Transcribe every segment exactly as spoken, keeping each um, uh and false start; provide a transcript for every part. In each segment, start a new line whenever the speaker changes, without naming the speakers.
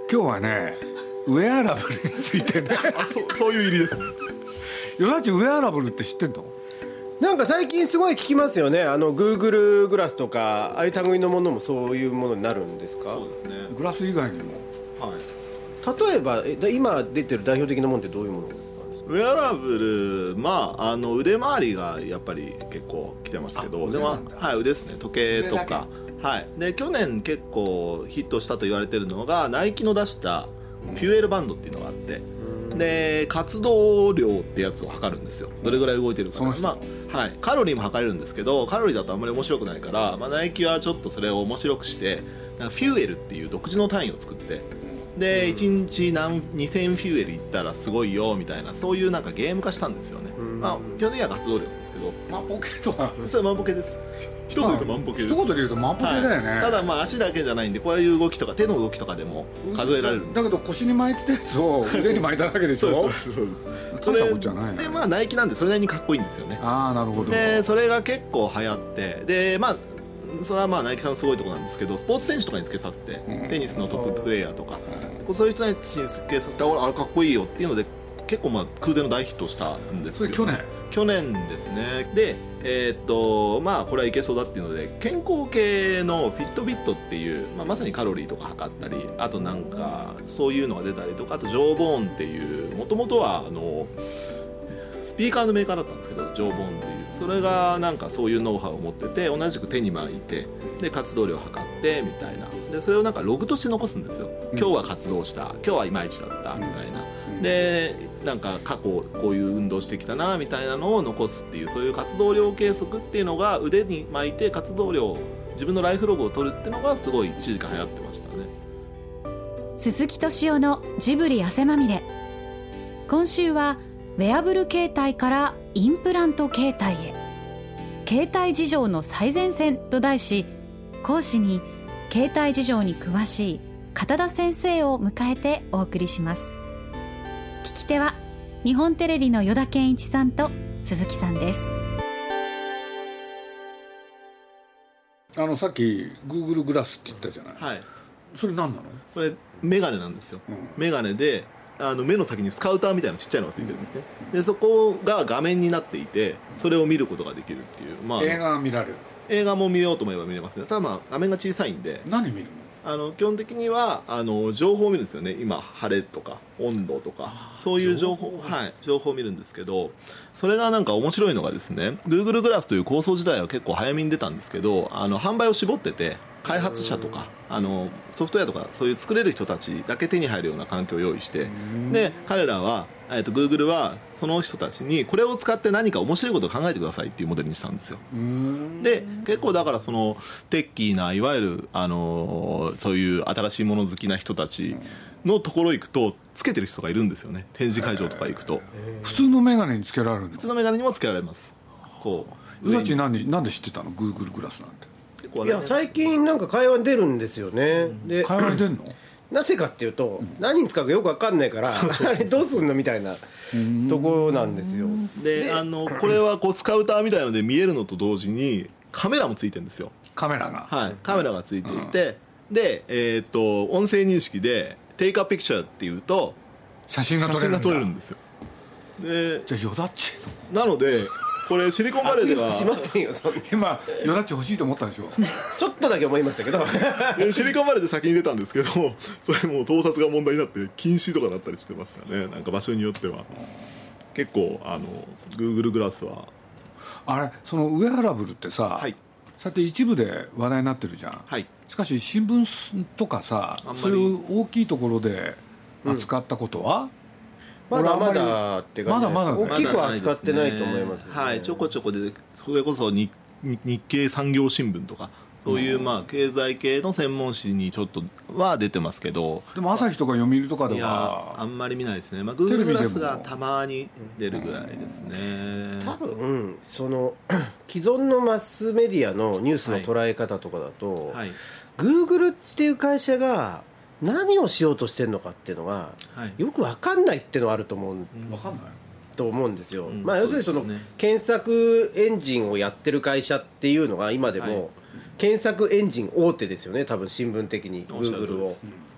今日はねウェアラブルについてね
あ そ, そういう入りですね。
よなちウェアラブルって知ってんの？
なんか最近すごい聞きますよね。あの Google グラスとかああいう類のものもそういうものになるんですか？
そうですね。
グラス以外にも、
はい、
例えばえ今出てる代表的なものってどういうものなんですか？
ウェアラブル、まあ、あの腕周りがやっぱり結構来てますけど、
腕なんだ。
はい、腕ですね。時計とか、はい、で去年結構ヒットしたと言われてるのがナイキの出したフュエルバンドっていうのがあって、うん、で活動量ってやつを測るんですよ。どれぐらい動いてるか、
その人、
まあはい、カロリーも測れるんですけど、カロリーだとあんまり面白くないから、まあ、ナイキはちょっとそれを面白くしてなんかフュエルっていう独自の単位を作って、でいちにち何にせんフュエルいったらすごいよみたいな、そういうなんかゲーム化したんですよね。まあ、基本的には活動量なんですけど、
万歩計とは
それは万歩計です。一言で言うと万歩計です。
一言で言うと万歩計だよね、
はい、ただまあ足だけじゃないんで、こういう動きとか手の動きとかでも数えられるんです。
だけど腰に巻いてたやつを腕に巻いただけでしょ
そうですそうです。
大したことじゃないね。
でまあナイキなんでそれなりにかっこいいんですよね。
ああなるほど。
でそれが結構流行って、でまあそれはまあナイキさんのすごいところなんですけど、スポーツ選手とかにつけさせて、うん、テニスのトッププレーヤーとか、うん、そういう人たちにつけさせて、あれかっこいいよっていうので結構まあ空前の大ヒットしたんですよ、ね、
それ去年
去年ですね。でえー、っとまあこれはいけそうだっていうので、健康系のフィットビットっていう、まあ、まさにカロリーとか測ったり、あとなんかそういうのが出たりとか、あとジョーボーンっていう、もともとはあのスピーカーのメーカーだったんですけど、ジョーボーンっていう、それがなんかそういうノウハウを持ってて、同じく手に巻いて、で活動量を測ってみたいな、でそれをなんかログとして残すんですよ。今日は活動した、今日はいまいちだったみたいな、でなんか過去こういう運動してきたなみたいなのを残すっていう、そういう活動量計測っていうのが腕に巻いて活動量、自分のライフログを取るっていうのがすごい一時間流行ってましたね。
鈴木敏夫のジブリ汗まみれ。今週はウェアブル携帯からインプラント携帯へ、携帯事情の最前線と題し、講師に携帯事情に詳しい片田先生を迎えてお送りします。聞き手は日本テレビの依田健一さんと鈴木さんです。
あのさっき Google グラスって言ったじゃない、
はい、
それ何なの？
これメガネなんですよ、うん、メガネであの目の先にスカウターみたいなちっちゃいのがついてるんですね、うん、でそこが画面になっていて、それを見ることができるっていう、まあ、
映画が見られる。
映画も見ようと思えば見れますね。ただまあ画面が小さいんで。
何見るの？
あの基本的にはあの情報を見るんですよね。今晴れとか温度とかそういう情報、はい、情報を見るんですけど、それがなんか面白いのがですね、 Google グラスという構想自体は結構早めに出たんですけど、あの販売を絞ってて、開発者とかあのソフトウェアとかそういう作れる人たちだけ手に入るような環境を用意して、で彼らは、えー、と Google はその人たちにこれを使って何か面白いことを考えてくださいっていうモデルにしたんですよ。で結構だからそのテッキーないわゆる、あのー、そういう新しいもの好きな人たちのところ行くとつけてる人がいるんですよね。展示会場とか行くと
普通のメガネにつけられるの？
普通のメガネにもつけられます。こう
うち何なんで知ってたの Google グラスなんて？
いや最近なんか会話に出るんですよね、うん、で
会話に出るの？
なぜかっていうと、うん、何に使うかよく分かんないからあれどうすんのみたいなところなんですよ。
で, であのこれはこうスカウターみたいなので見えるのと同時にカメラもついてるんですよ。
カメラが、
はい、カメラがついていて、うん、で、えー、っと音声認識でテイクアピクチャーっていうと
写真が撮れるんだ。
写真が撮れるんですよ。で
じゃあヨダッチ
のなのでこれシリコンバレーでは
しませんよそんな。
今ヨダッチ欲しいと思ったでしょ
ちょっとだけ思いましたけど
シリコンバレーで先に出たんですけど、それも盗撮が問題になって禁止とかだったりしてましたね。なんか場所によっては結構あの Google グラスは
あれ、そのウェアラブルってさ、はい、そうやって一部で話題になってるじゃん、はい、しかし新聞とかさ、そういう大きいところで扱ったことは、うん、
まだまだって感じです。まだまだ大きくは扱ってないと思います、ね、
はい、ちょこちょこでそれこそ 日, 日経産業新聞とかそういうまあ経済系の専門誌にちょっとは出てますけど、
でも朝日とか読売とかでは
いやあんまり見ないですね。まあ、Google グラスがたまに出るぐらいですね。
多分その既存のマスメディアのニュースの捉え方とかだと、はいはい、Google っていう会社が何をしようとしてるのかっていうのが、はい、よく分かんないっていうのはあると思う、
分かんない
と思うんですよ、うん、まあ、要するにそのそ、ね、検索エンジンをやってる会社っていうのが今でも、はい、検索エンジン大手ですよね、多分新聞的に Google を、うん、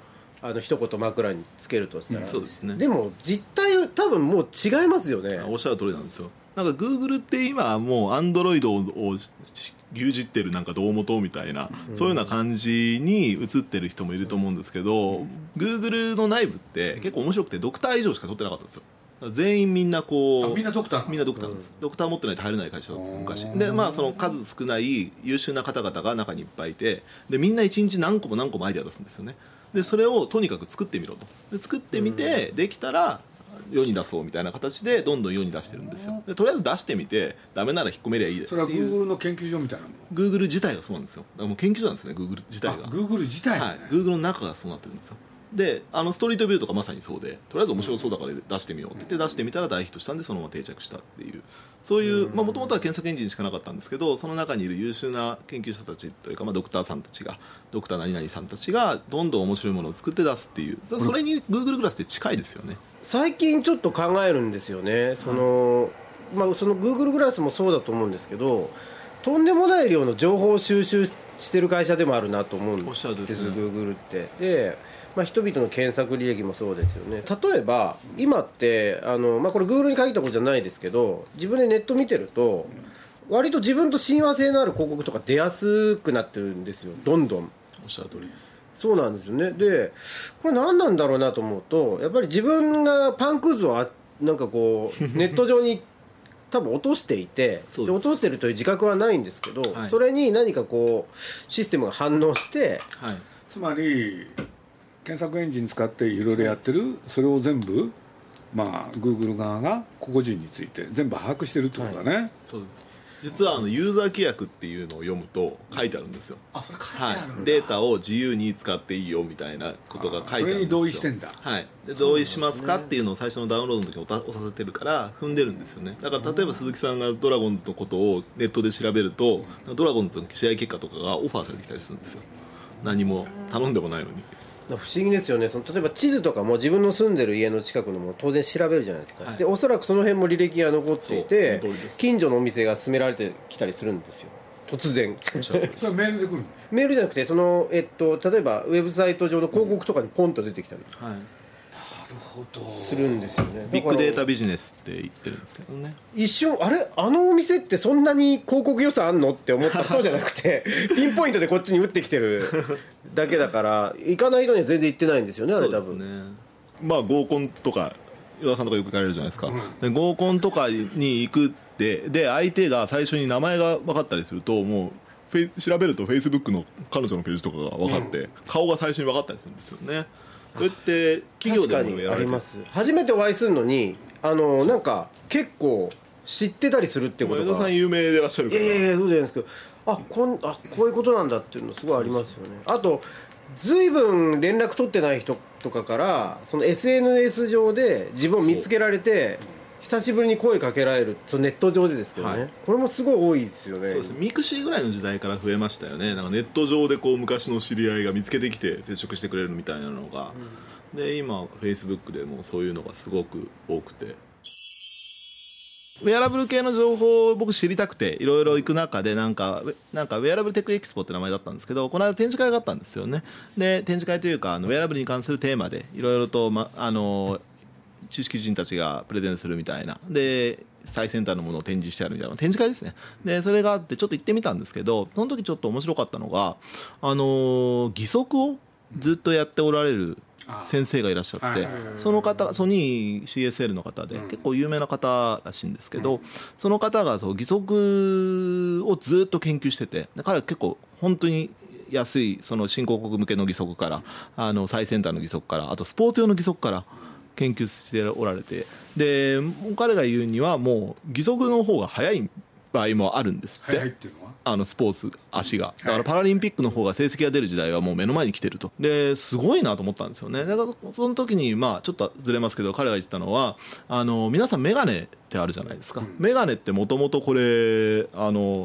あの一言枕につけるとしたら、うん、
そうですね。
でも実態多分もう違いますよね。
おっしゃる通りなんですよ。なんか Google って今もう Android を牛耳ってるなんか胴元みたいな、うん、そういうような感じに映ってる人もいると思うんですけど、うん、Google の内部って結構面白くてドクター以上しか取ってなかったんですよ。全員みんなこう
みんなドクター
みんなドクターなんです、うん、ドクター持ってないと入れない会社だった昔で、まあその数少ない優秀な方々が中にいっぱいいて、でみんないちにち何個も何個もアイデア出すんですよね。でそれをとにかく作ってみろと、で作ってみて、うん、できたら世に出そうみたいな形でどんどん世に出してるんですよ。でとりあえず出してみてダメなら引っ込めりゃいいです。
それは Google の研究所みたいなもの。
Google 自体がそうなんですよ。だからもう研究所なんですね Google 自体が。
Google 自体が、ね、
はい、Google の中がそうなってるんですよ。であのストリートビューとかまさにそうで、とりあえず面白そうだから出してみようって言って出してみたら大ヒットしたんでそのまま定着したっていう、そういうもともとは検索エンジンしかなかったんですけど、その中にいる優秀な研究者たちというか、まあ、ドクターさんたちがドクター何々さんたちがどんどん面白いものを作って出すっていう、それに Google グラスって近いですよね。
最近ちょっと考えるんですよね。その、まあ、その Google グラスもそうだと思うんですけど、とんでもない量の情報を収集してる会社でもあるなと思うんです、ですね、Google って。で、まあ、人々の検索履歴もそうですよね。例えば今ってあの、まあ、これ Google に限ったことじゃないですけど、自分でネット見てると割と自分と親和性のある広告とか出やすくなってるんですよ、どんどん。
おっしゃる通りです。
そうなんですよね。でこれ何なんだろうなと思うと、やっぱり自分がパンくずをあなんかこうネット上に多分落としていてで落としてるという自覚はないんですけど、はい、それに何かこうシステムが反応して、
はい、つまり検索エンジン使っていろいろやってる、それを全部、まあ、Google 側が個々人について全部把握してるってことだね、はい、
そうです。実はあのユーザー規約っていうのを読むと書いてあるんですよ。
あ、それ書いてあるんだ、
はい、データを自由に使っていいよみたいなことが書いてあるんですよ。
それに同意してんだ。
はい、で同意しますかっていうのを最初のダウンロードの時に押させてるから踏んでるんですよね。だから例えば鈴木さんがドラゴンズのことをネットで調べると、ドラゴンズの試合結果とかがオファーされてきたりするんですよ。何も頼んでもないのに。
不思議ですよね。その例えば地図とかも自分の住んでる家の近くのも当然調べるじゃないですか、はい、でおそらくその辺も履歴が残っていて近所のお店が勧められてきたりするんですよ、突然
それメールで来るの？
メールじゃなくてその、えっと、例えばウェブサイト上の広告とかにポンと出てきたり、はい、
なるほど
するんですよね。
ビッグデータビジネスって言ってるんですけどね。
一瞬あれあのお店ってそんなに広告予算あんのって思ったらそうじゃなくてピンポイントでこっちに打ってきてるだけだから行かない人には全然行ってないんですよね、あれ多分。そうですね。
まあ合コンとか岩田さんとかよく行かれるじゃないですか、うん、で合コンとかに行くってで相手が最初に名前が分かったりするともうフェイ調べると Facebook の彼女のページとかが分かって、うん、顔が最初に分かったりするんですよね。それって企業でもやられてる。確かにあります。初めてお会いするのにあのなんか結構知ってたりするってことが。 江田さん有名でいらっしゃるから。
いやいやそうじゃないですけど、あこんあこういうことなんだっていうのすごいありますよね。あとずいぶん連絡取ってない人とかからその エスエヌエス 上で自分を見つけられて久しぶりに声かけられる、そのネット上でですけどね、はい、これもすごい多いですよね。
そうですね。ミクシーぐらいの時代から増えましたよね。なんかネット上でこう昔の知り合いが見つけてきて接触してくれるみたいなのが、うん、で今 Facebook でもそういうのがすごく多くて、ウェアラブル系の情報を僕知りたくていろいろ行く中でなんかなんかウェアラブルテックエキスポって名前だったんですけど、この間展示会があったんですよね。で展示会というかあのウェアラブルに関するテーマでいろいろと、ま、あの知識人たちがプレゼンするみたいなで最先端のものを展示してあるみたいな展示会ですね。でそれがあってちょっと行ってみたんですけど、その時ちょっと面白かったのがあの義足をずっとやっておられる先生がいらっしゃって、その方ソニー シーエスエル の方で結構有名な方らしいんですけど、その方がそう義足をずっと研究してて、彼は結構本当に安いその新興国向けの義足からあの最先端の義足からあとスポーツ用の義足から研究しておられて、で彼が言うにはもう義足の方が速い場合もあるんですって。
速いっていうのは
あのスポーツ足がだからパラリンピックの方が成績が出る時代はもう目の前に来てると。ですごいなと思ったんですよね。だからその時にまあちょっとずれますけど彼が言ってたのはあの皆さんメガネってあるじゃないですか、うん、メガネってもともとこれあの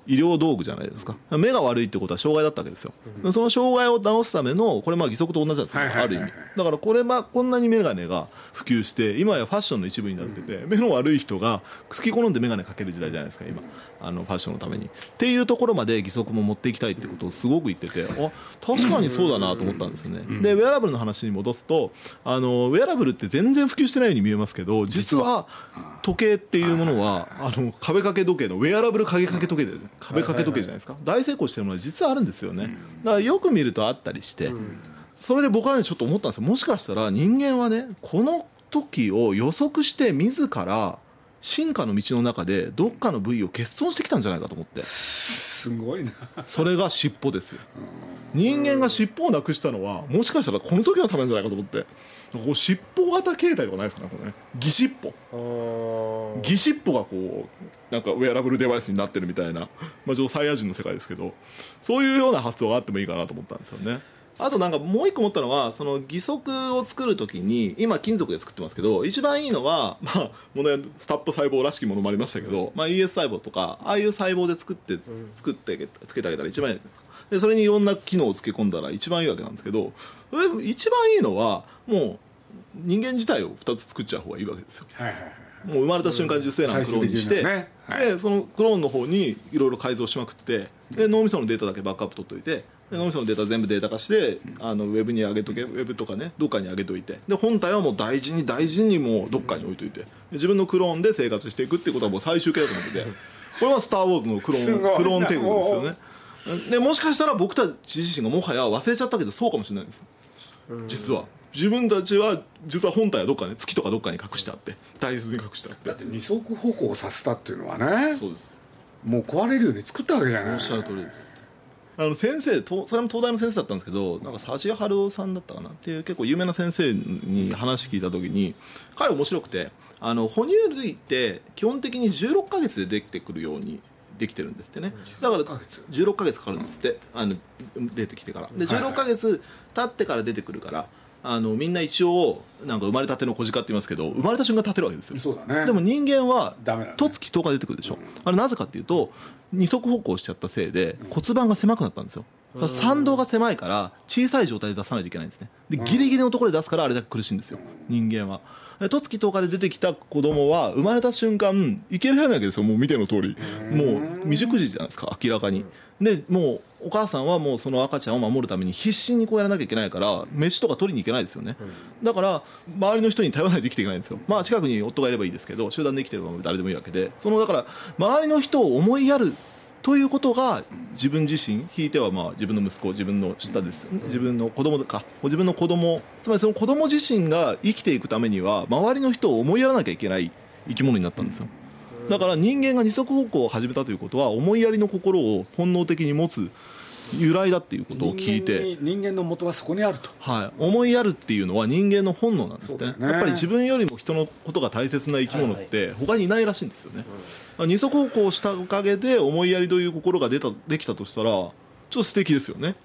医療道具じゃないですか。目が悪いってことは障害だったわけですよ、うん、その障害を治すためのこれまあ義足と同じなんですよ、はいはいはいはい、ある意味だからこれまあこんなに眼鏡が普及して今やファッションの一部になってて、うん、目の悪い人が好き好んで眼鏡かける時代じゃないですか今、あのファッションのためにっていうところまで義足も持っていきたいってことをすごく言ってて、あ確かにそうだなと思ったんですよね、うん、でウェアラブルの話に戻すとあのウェアラブルって全然普及してないように見えますけど実は時計っていうものはあの壁掛け時計のウェアラブル壁掛け時計で壁掛け時計じゃないですか、大成功してるものは実はあるんですよね。だからよく見るとあったりして、それで僕はねちょっと思ったんですよ。もしかしたら人間はねこの時を予測して自ら進化の道の中でどっかの部位を欠損してきたんじゃないかと思って。
すごいな。
それが尻尾ですよ。人間が尻尾をなくしたのはもしかしたらこの時のためなんじゃないかと思って、こう尻尾型形態とかないですかね、これね義尻尾義尻尾がこうなんかウェアラブルデバイスになってるみたいな、まあ、ちょっとサイヤ人の世界ですけど、そういうような発想があってもいいかなと思ったんですよね。あとなんかもう一個思ったのは、その義足を作るときに今金属で作ってますけど、一番いいのはまあものスタップ細胞らしきものもありましたけど、まあ イーエス 細胞とかああいう細胞で作って作ってつけてあげたら一番いいで、それにいろんな機能をつけ込んだら一番いいわけなんですけど、一番いいのはもう人間自体をふたつ作っちゃう方がいいわけですよ。はいはいはい、もう生まれた瞬間受精卵のクローンにして、ねはい、でそのクローンの方にいろいろ改造しまくって、で脳みそのデータだけバックアップ取っといて、で脳みそのデータ全部データ化してあのウェブに上げとけ、ウェブとかねどっかに上げといて、で本体はもう大事に大事にもうどっかに置いといて、自分のクローンで生活していくっていうことはもう最終形だと思ってて、これはスター・ウォーズのクローンクローン帝国ですよね。でもしかしたら僕たち自身がもはや忘れちゃったけどそうかもしれないです。実は自分たちは実は本体はどっかね月とかどっかに隠してあって、大切に隠してあって、
だって二足歩行させたっていうのはね、
そうです。
もう壊れるように作ったわけじゃない。
おっしゃる通りです。あの先生と、それも東大の先生だったんですけど、なんか佐治春夫さんだったかなっていう結構有名な先生に話聞いた時に、彼面白くて、あの哺乳類って基本的にじゅうろっかげつでできてくるようにできてるんですってね。だからじゅうろっかげつかかるんですって、あの出てきてからでじゅうろっかげつ経ってから出てくるから、あのみんな一応なんか生まれたての小鹿って言いますけど、生まれた瞬間立てるわけですよ。
そうだね。
でも人間は
ダメだね。
とつきとおか出てくるでしょ、うん、あれなぜかっていうと二足歩行しちゃったせいで骨盤が狭くなったんですよ。参道が狭いから小さい状態で出さないといけないんですね。でギリギリのところで出すからあれだけ苦しいんですよ、人間は。とつきとおかで出てきた子供は生まれた瞬間生けられないわけですよ。もう見ての通りもう未熟児じゃないですか、明らかに。でもうお母さんはもうその赤ちゃんを守るために必死にこうやらなきゃいけないから飯とか取りに行けないですよね。だから周りの人に頼らないと生きていけないんですよ。まあ近くに夫がいればいいですけど、集団で生きてれば誰でもいいわけで、そのだから周りの人を思いやるということが自分自身、ひいてはまあ自分の息子、自分の下です、自分の子供か、自分の子供、つまりその子供自身が生きていくためには周りの人を思いやらなきゃいけない生き物になったんですよ。だから人間が二足歩行を始めたということは思いやりの心を本能的に持つ由来だっていうことを聞いて、
人間の元はそこにあると、
はい、思いやるっていうのは人間の本能なんです ね, ねやっぱり自分よりも人のことが大切な生き物って他にいないらしいんですよね、はいはい、二足歩行をしたおかげで思いやりという心が出たできたとしたらちょっと素敵ですよね。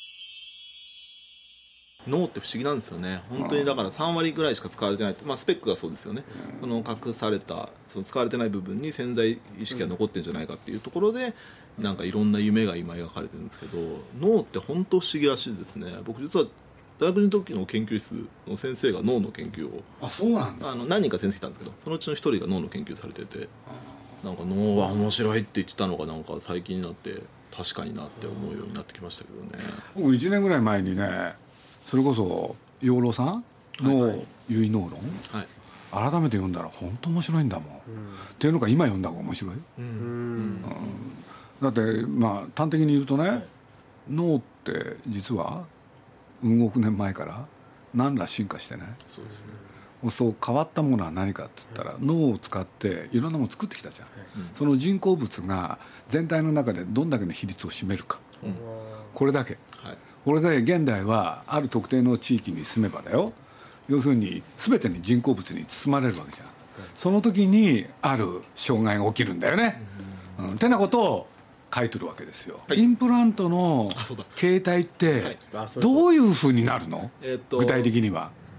脳って不思議なんですよね本当に。だからさんわりぐらいしか使われてない、まあ、スペックがそうですよね、その隠されたその使われてない部分に潜在意識が残ってるんじゃないかっていうところで、なんかいろんな夢が今描かれてるんですけど、脳って本当不思議らしいですね。僕実は大学の時の研究室の先生が脳の研究を、
あ、そうなんだ。
あの何人か先生いたんですけど、そのうちの一人が脳の研究されてて、なんか脳は面白いって言ってたのがなんか最近になって確かになって思うようになってきましたけどね。
僕いちねんぐらい前にね、それこそ養老さんの結納論、はい、改めて読んだら本当面白いんだもん、うん、っていうのが今読んだ方が面白い、うんうん、だってまあ端的に言うとね、はい、脳って実はうん億年前から何ら進化してね、そうですね、そう変わったものは何かっつったら、はい、脳を使っていろんなものを作ってきたじゃん、はい、その人工物が全体の中でどんだけの比率を占めるか、うん、これだけ、はい、これで現代はある特定の地域に住めばだよ、要するに全てに人工物に包まれるわけじゃん、その時にある障害が起きるんだよね、うん、ってなことを書いてるわけですよ、はい、インプラントの形態ってどういうふうになるの、えー、具体的には。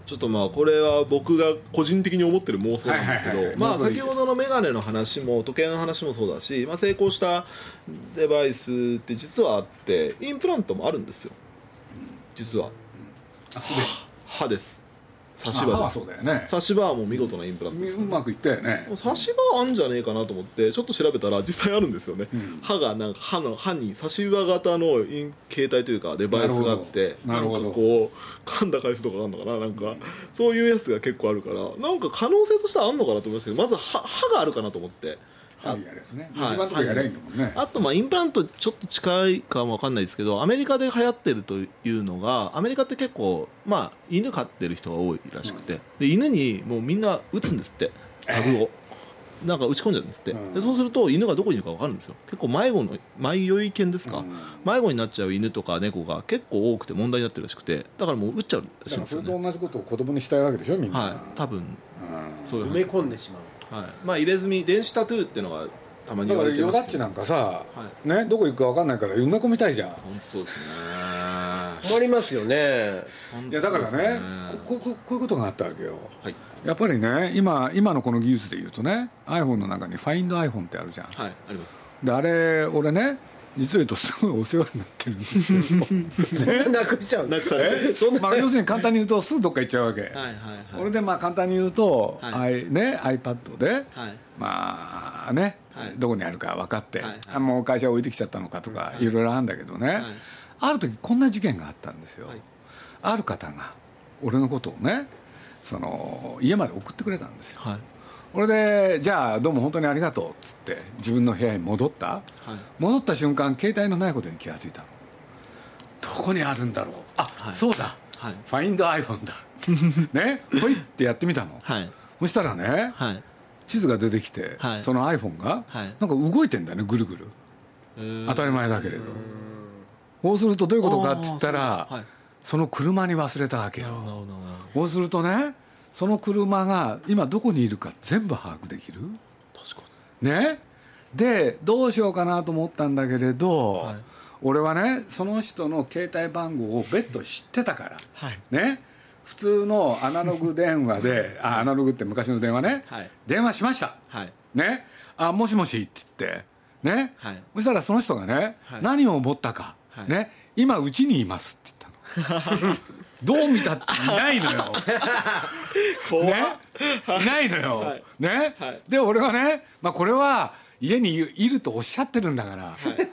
ちょっとまあこれは僕が個人的に思ってる妄想なんですけど、はいはいはい、まあ先ほどのメガネの話も時計の話もそうだし、まあ、成功したデバイスって実はあってインプラントもあるんですよ実は、うん、あすで歯です差し歯です。
そうだよね。
差し歯も見事なインプラントです、ね、
うまくいったよね。
差し歯あんじゃねえかなと思ってちょっと調べたら実際あるんですよね、うん、歯がなんか歯の歯に差し歯型の携帯というかデバイスがあってなんかこう噛んだ回数とかあるのかななんかそういうやつが結構あるからなんか可能性としてはあるのかなと思いますけどまず 歯, 歯があるかなと思って。
あ, はい一番とかやれんのもんね。
あとまあインプラントちょっと近いかも分かんないですけどアメリカで流行ってるというのがアメリカって結構まあ犬飼ってる人が多いらしくて、うん、で犬にもうみんな打つんですってタグを、えー、なんか打ち込んじゃうんですって、うん、でそうすると犬がどこにいるか分かるんですよ。結構迷子の迷い犬ですか、うん、迷子になっちゃう犬とか猫が結構多くて問題になってるらしくてだからもう打っちゃうらしいんですよね。
それと同じことを子供にしたいわけでしょみんな。
はい多分、うん、
そういう埋め込んでしまう。
はいまあ、入れ墨電子タトゥーっていうのがたまに言われてますけどだからヨダッチなんかさ、
はいね、どこ行くか分かんないから埋め込みたいじゃん。
本当そうですね
困りますよね。
いやだからねこ, こ, こういうことがあったわけよ、
はい、
やっぱりね 今, 今のこの技術でいうとね iPhone の中に FindIPhone ってあるじゃん。
はいあります。
であれ俺ね実を言うとすごいお世話になってるんですよ
そんななくしちゃうんですか。
まあ、要するに簡単に言うとすぐどっか行っちゃうわけ。はいはい、はい、俺でまあ簡単に言うと、はいね、iPad で、はい、まあね、はい、どこにあるか分かって、はいはい、もう会社置いてきちゃったのかとか、はい、いろいろあるんだけどね、はい、ある時こんな事件があったんですよ、はい、ある方が俺のことをねその家まで送ってくれたんですよ、はい、これでじゃあどうも本当にありがとうっつって自分の部屋に戻った、はい、戻った瞬間携帯のないことに気がついたの。どこにあるんだろうあ、はい、そうだ、はい、FindIPhone だねほいってやってみたの、はい、そしたらね、はい、地図が出てきて、はい、その iPhone が、はい、なんか動いてんだよねぐるぐる、当たり前だけれどそうするとどういうことかっつったら そ,、はい、その車に忘れたわけよ。そうするとねその車が今どこにいるか全部把握できる。
確か
にねでどうしようかなと思ったんだけれど、はい、俺はねその人の携帯番号を別途知ってたから、はい、ね普通のアナログ電話であアナログって昔の電話ね、はい、電話しました、はい、ねあもしもしって言ってね、はい、そしたらその人がね、はい、何を思ったか、はい、ね今うちにいますって言ったのどう見たっていないのよねいないのよ、はい、ね、はい、で俺はね、まあ、これは家にいるとおっしゃってるんだから、はい、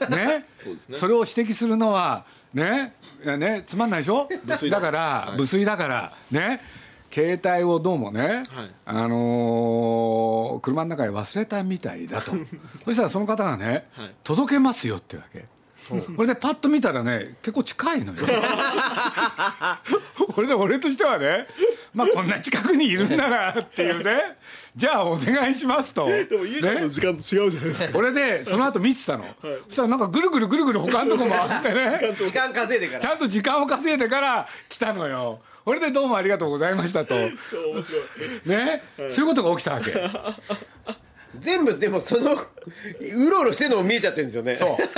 ねそうですね、それを指摘するのはねねつまんないでしょだから、はい、無粋だからね携帯をどうもね、はい、あのー、車の中に忘れたみたいだとそしたらその方がね、はい、届けますよってわけ。これでパッと見たらね結構近いのよこれで俺としてはねまあこんな近くにいるんならっていうねじゃあお願いしますと。
でも家からの時間と違うじゃないですか、ね、
俺でその後見てたの、はい、そしたらなんかぐるぐるぐるぐる他のとこ回ってね
時間稼いでから
ちゃんと時間を稼いでから来たのよ。これでどうもありがとうございましたと
超面白い
ね、はい、そういうことが起きたわけ
全部でもそのうろうろしてるのも見えちゃってるんですよね。そう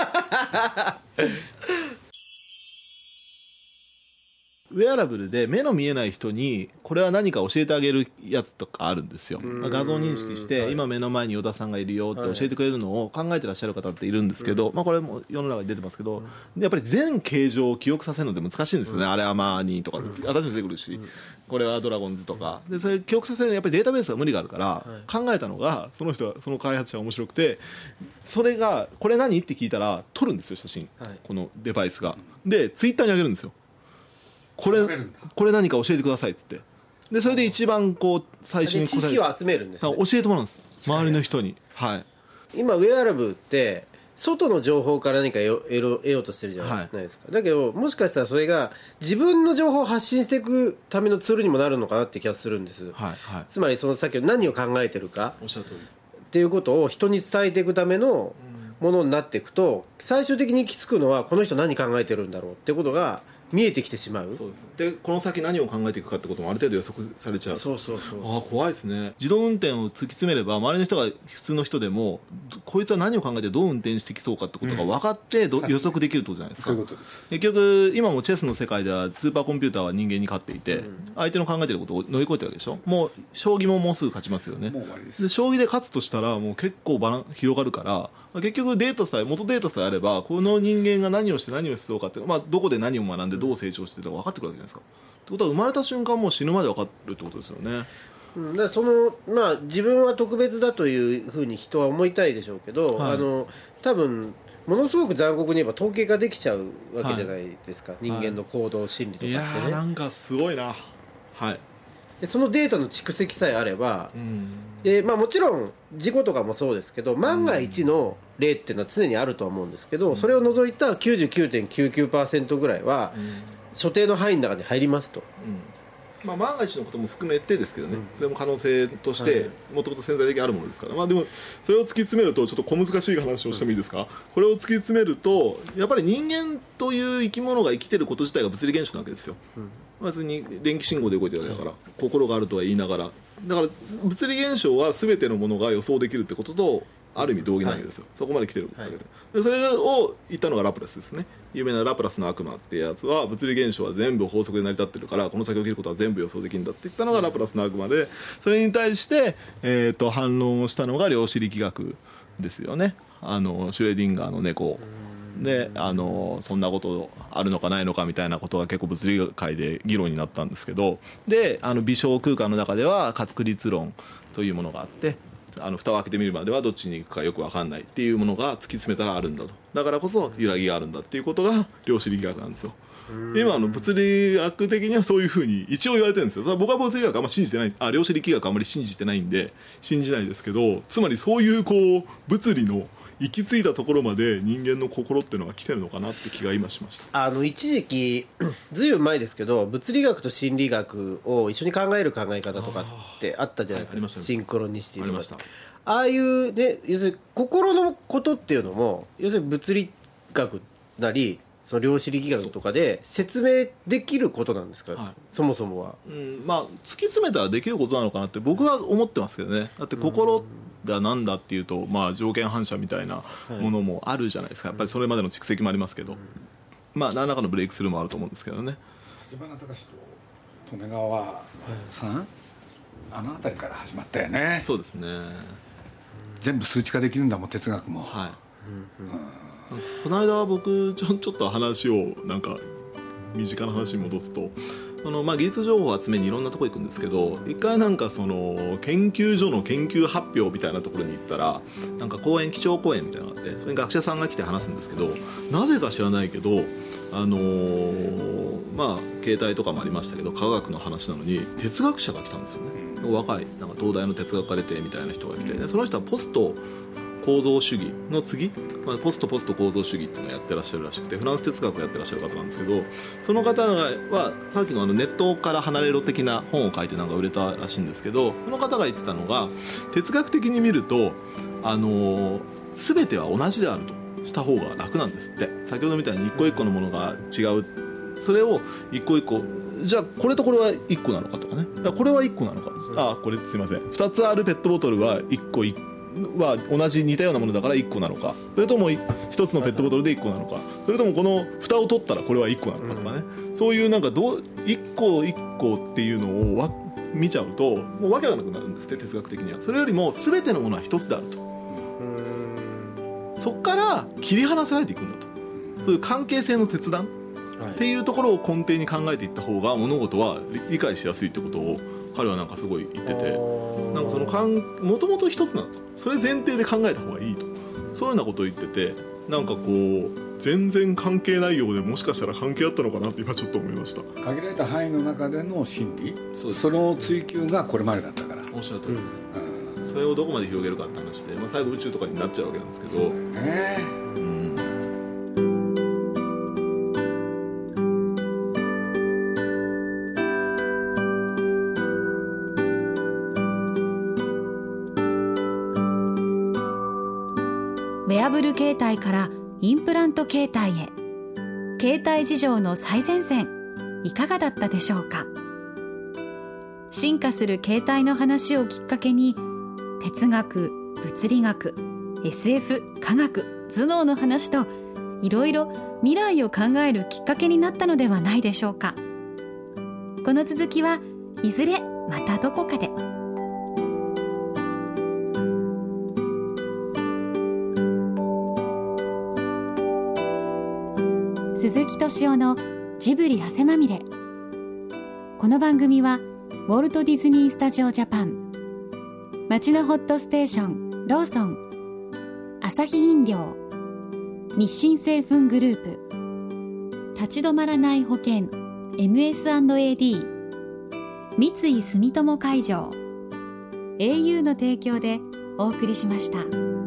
ウェアラブルで目の見えない人にこれは何か教えてあげるやつとかあるんですよ。画像認識して、はい、今目の前に与田さんがいるよって教えてくれるのを考えてらっしゃる方っているんですけど、はい、まあ、これも世の中に出てますけど、うん、やっぱり全形状を記憶させるのって難しいんですよね、うん、あれはマーニーとか、うん、私も出てくるし、うん、これはドラゴンズとかでそれ記憶させるのやっぱりデータベースが無理があるから、はい、考えたのがその人はその開発者が面白くてそれがこれ何って聞いたら撮るんですよ写真、はい、このデバイスがでツイッターに上げるんですよ。これこれ何か教えてくださいっつってでそれで一番こう最初に
知識を集めるんですね。
教えてもらうんです周りの人に、はい、
今ウェアラブルって外の情報から何か得ようとしてるじゃないですか、はい、だけどもしかしたらそれが自分の情報を発信していくためのツールにもなるのかなって気がするんです、はいはい、つまりそのさっきの何を考えてるか
おっしゃる通り
っていうことを人に伝えていくためのものになっていくと最終的に行き着くのはこの人何考えてるんだろうってことが見えてきてしまう。
そうですでこの先何を考えていくかってこともある程度予測されちゃう。
そうそうそう
ああ怖いですね。自動運転を突き詰めれば周りの人が普通の人でもこいつは何を考えてどう運転してきそうかってことが分かってど、うん、予測できるってことじゃないですか。
そういうことです。
結局今もチェスの世界ではスーパーコンピューターは人間に勝っていて、うん、相手の考えてることを乗り越えてるわけでしょ。もう将棋ももうすぐ勝ちますよね。
もう終わりです。
で将棋で勝つとしたらもう結構バラン広がるから結局データさえ元データさえあればこの人間が何をして何をしそうかっていうのは、まあ、どこで何を学んでどう成長してるか分かってくるわけじゃないですか。ってことは生まれた瞬間もう死ぬまで分かるってことですよね。
うん、だからそのまあ、自分は特別だというふうに人は思いたいでしょうけど、はい、あの多分ものすごく残酷に言えば統計ができちゃうわけじゃないですか、はい、人間の行動心理とかってね、
いやなんかすごいな、はい、
でそのデータの蓄積さえあれば、うん、でまあ、もちろん事故とかもそうですけど万が一の例っていうのは常にあるとは思うんですけど、うん、それを除いた きゅうじゅうきゅうてんきゅうきゅうパーセント ぐらいは、うん、所定の範囲の中に入りますと、
うんまあ、万が一のことも含めてですけどね、うん、それも可能性としてもともと潜在的にあるものですから、まあ、でもそれを突き詰めるとちょっと小難しい話をしてもいいですか、うん、これを突き詰めるとやっぱり人間という生き物が生きてること自体が物理現象なわけですよ、うんまずに電気信号で動いてるわけだから、うん、心があるとは言いながらだから物理現象は全てのものが予想できるってこととある意味同義なわけですよ、はい、そこまで来てるわけで、はい、でそれを言ったのがラプラスですね。有名なラプラスの悪魔っていうやつは物理現象は全部法則で成り立ってるからこの先起きることは全部予想できるんだって言ったのがラプラスの悪魔でそれに対して、えー、と反論をしたのが量子力学ですよね。あのシュレディンガーの猫であのそんなことあるのかないのかみたいなことが結構物理界で議論になったんですけどであの微小空間の中では確率論というものがあってあの蓋を開けてみるまではどっちに行くかよく分かんないっていうものが突き詰めたらあるんだとだからこそ揺らぎがあるんだっていうことが量子力学なんですよ。今の物理学的にはそういうふうに一応言われてるんですよ。だから僕は物理学あんま信じてないあ量子力学あんまり信じてないんで信じないですけどつまりそういうこう物理の行き着いたところまで人間の心っていうのが来てるのかなって気が今しました。
あの一時期ずいぶん前ですけど物理学と心理学を一緒に考える考え方とかってあったじゃないですか、はい、シンクロニシティとかありました。ああいうね要するに心のことっていうのも要するに物理学なりその量子力学とかで説明できることなんですか、はい、そもそもは、
うんまあ、突き詰めたらできることなのかなって僕は思ってますけどね。だって心がなんだっていうと、まあ、条件反射みたいなものもあるじゃないですか。やっぱりそれまでの蓄積もありますけど、まあ何らかのブレイクスルーもあると思うんですけどね。
立花隆と利根川さん、はい、あの辺りから始まったよね。
そうですね。
全部数値化できるんだもん哲学も、はい、
うんうん、この間僕ちょ、ちょっと話をなんか身近な話に戻すとその、まあ、技術情報を集めにいろんなところ行くんですけど一回なんかその研究所の研究発表みたいなところに行ったらなんか講演基調講演みたいなのがあってそれに学者さんが来て話すんですけどなぜか知らないけどあのー、まあ携帯とかもありましたけど科学の話なのに哲学者が来たんですよね。若いなんか東大の哲学科出てみたいな人が来て、ね、その人はポスト構造主義の次、まあ、ポストポスト構造主義っていうのをやってらっしゃるらしくてフランス哲学をやってらっしゃる方なんですけどその方はさっきのあのネットから離れろ的な本を書いてなんか売れたらしいんですけどその方が言ってたのが哲学的に見るとあの全ては同じであるとした方が楽なんですって。先ほどみたいに一個一個のものが違うそれを一個一個じゃあこれとこれは一個なのかとかねこれは一個なのかあこれすいませんふたつあるペットボトルは一個一個は同じ似たようなものだからいっこなのかそれともひとつのペットボトルでいっこなのかそれともこの蓋を取ったらこれはいっこなのかとかね、うん、そういうなんかどういっこいっこっていうのをわ見ちゃうともうわけがなくなるんですって哲学的には。それよりも全てのものは一つであるとそこから切り離されていくんだとそういう関係性の切断、はい、っていうところを根底に考えていった方が物事は理解しやすいってことを彼はなんかすごい言っててなんかそのもともと一つなんだとそれ前提で考えた方がいいとそういうようなことを言っててなんかこう全然関係ないようでもしかしたら関係あったのかなって今ちょっと思いました。
限られた範囲の中での真理 そ, その追求がこれまでだったから
おっしゃる通り、うん、それをどこまで広げるかって話で、まあ、最後宇宙とかになっちゃうわけなんですけどそうだよね、うん
ウェアブル形態からインプラント形態へ携帯事情の最前線、いかがだったでしょうか。進化する携帯の話をきっかけに、哲学、物理学、エスエフ、科学、頭脳の話といろいろ未来を考えるきっかけになったのではないでしょうか。この続きはいずれまたどこかで。鈴木敏夫のジブリ汗まみれ。この番組はウォルト・ディズニー・スタジオ・ジャパン、街のホットステーションローソン、アサヒ飲料、日清製粉グループ、立ち止まらない保険 エムエスアンドエーディー、三井住友海上、 エーユー の提供でお送りしました。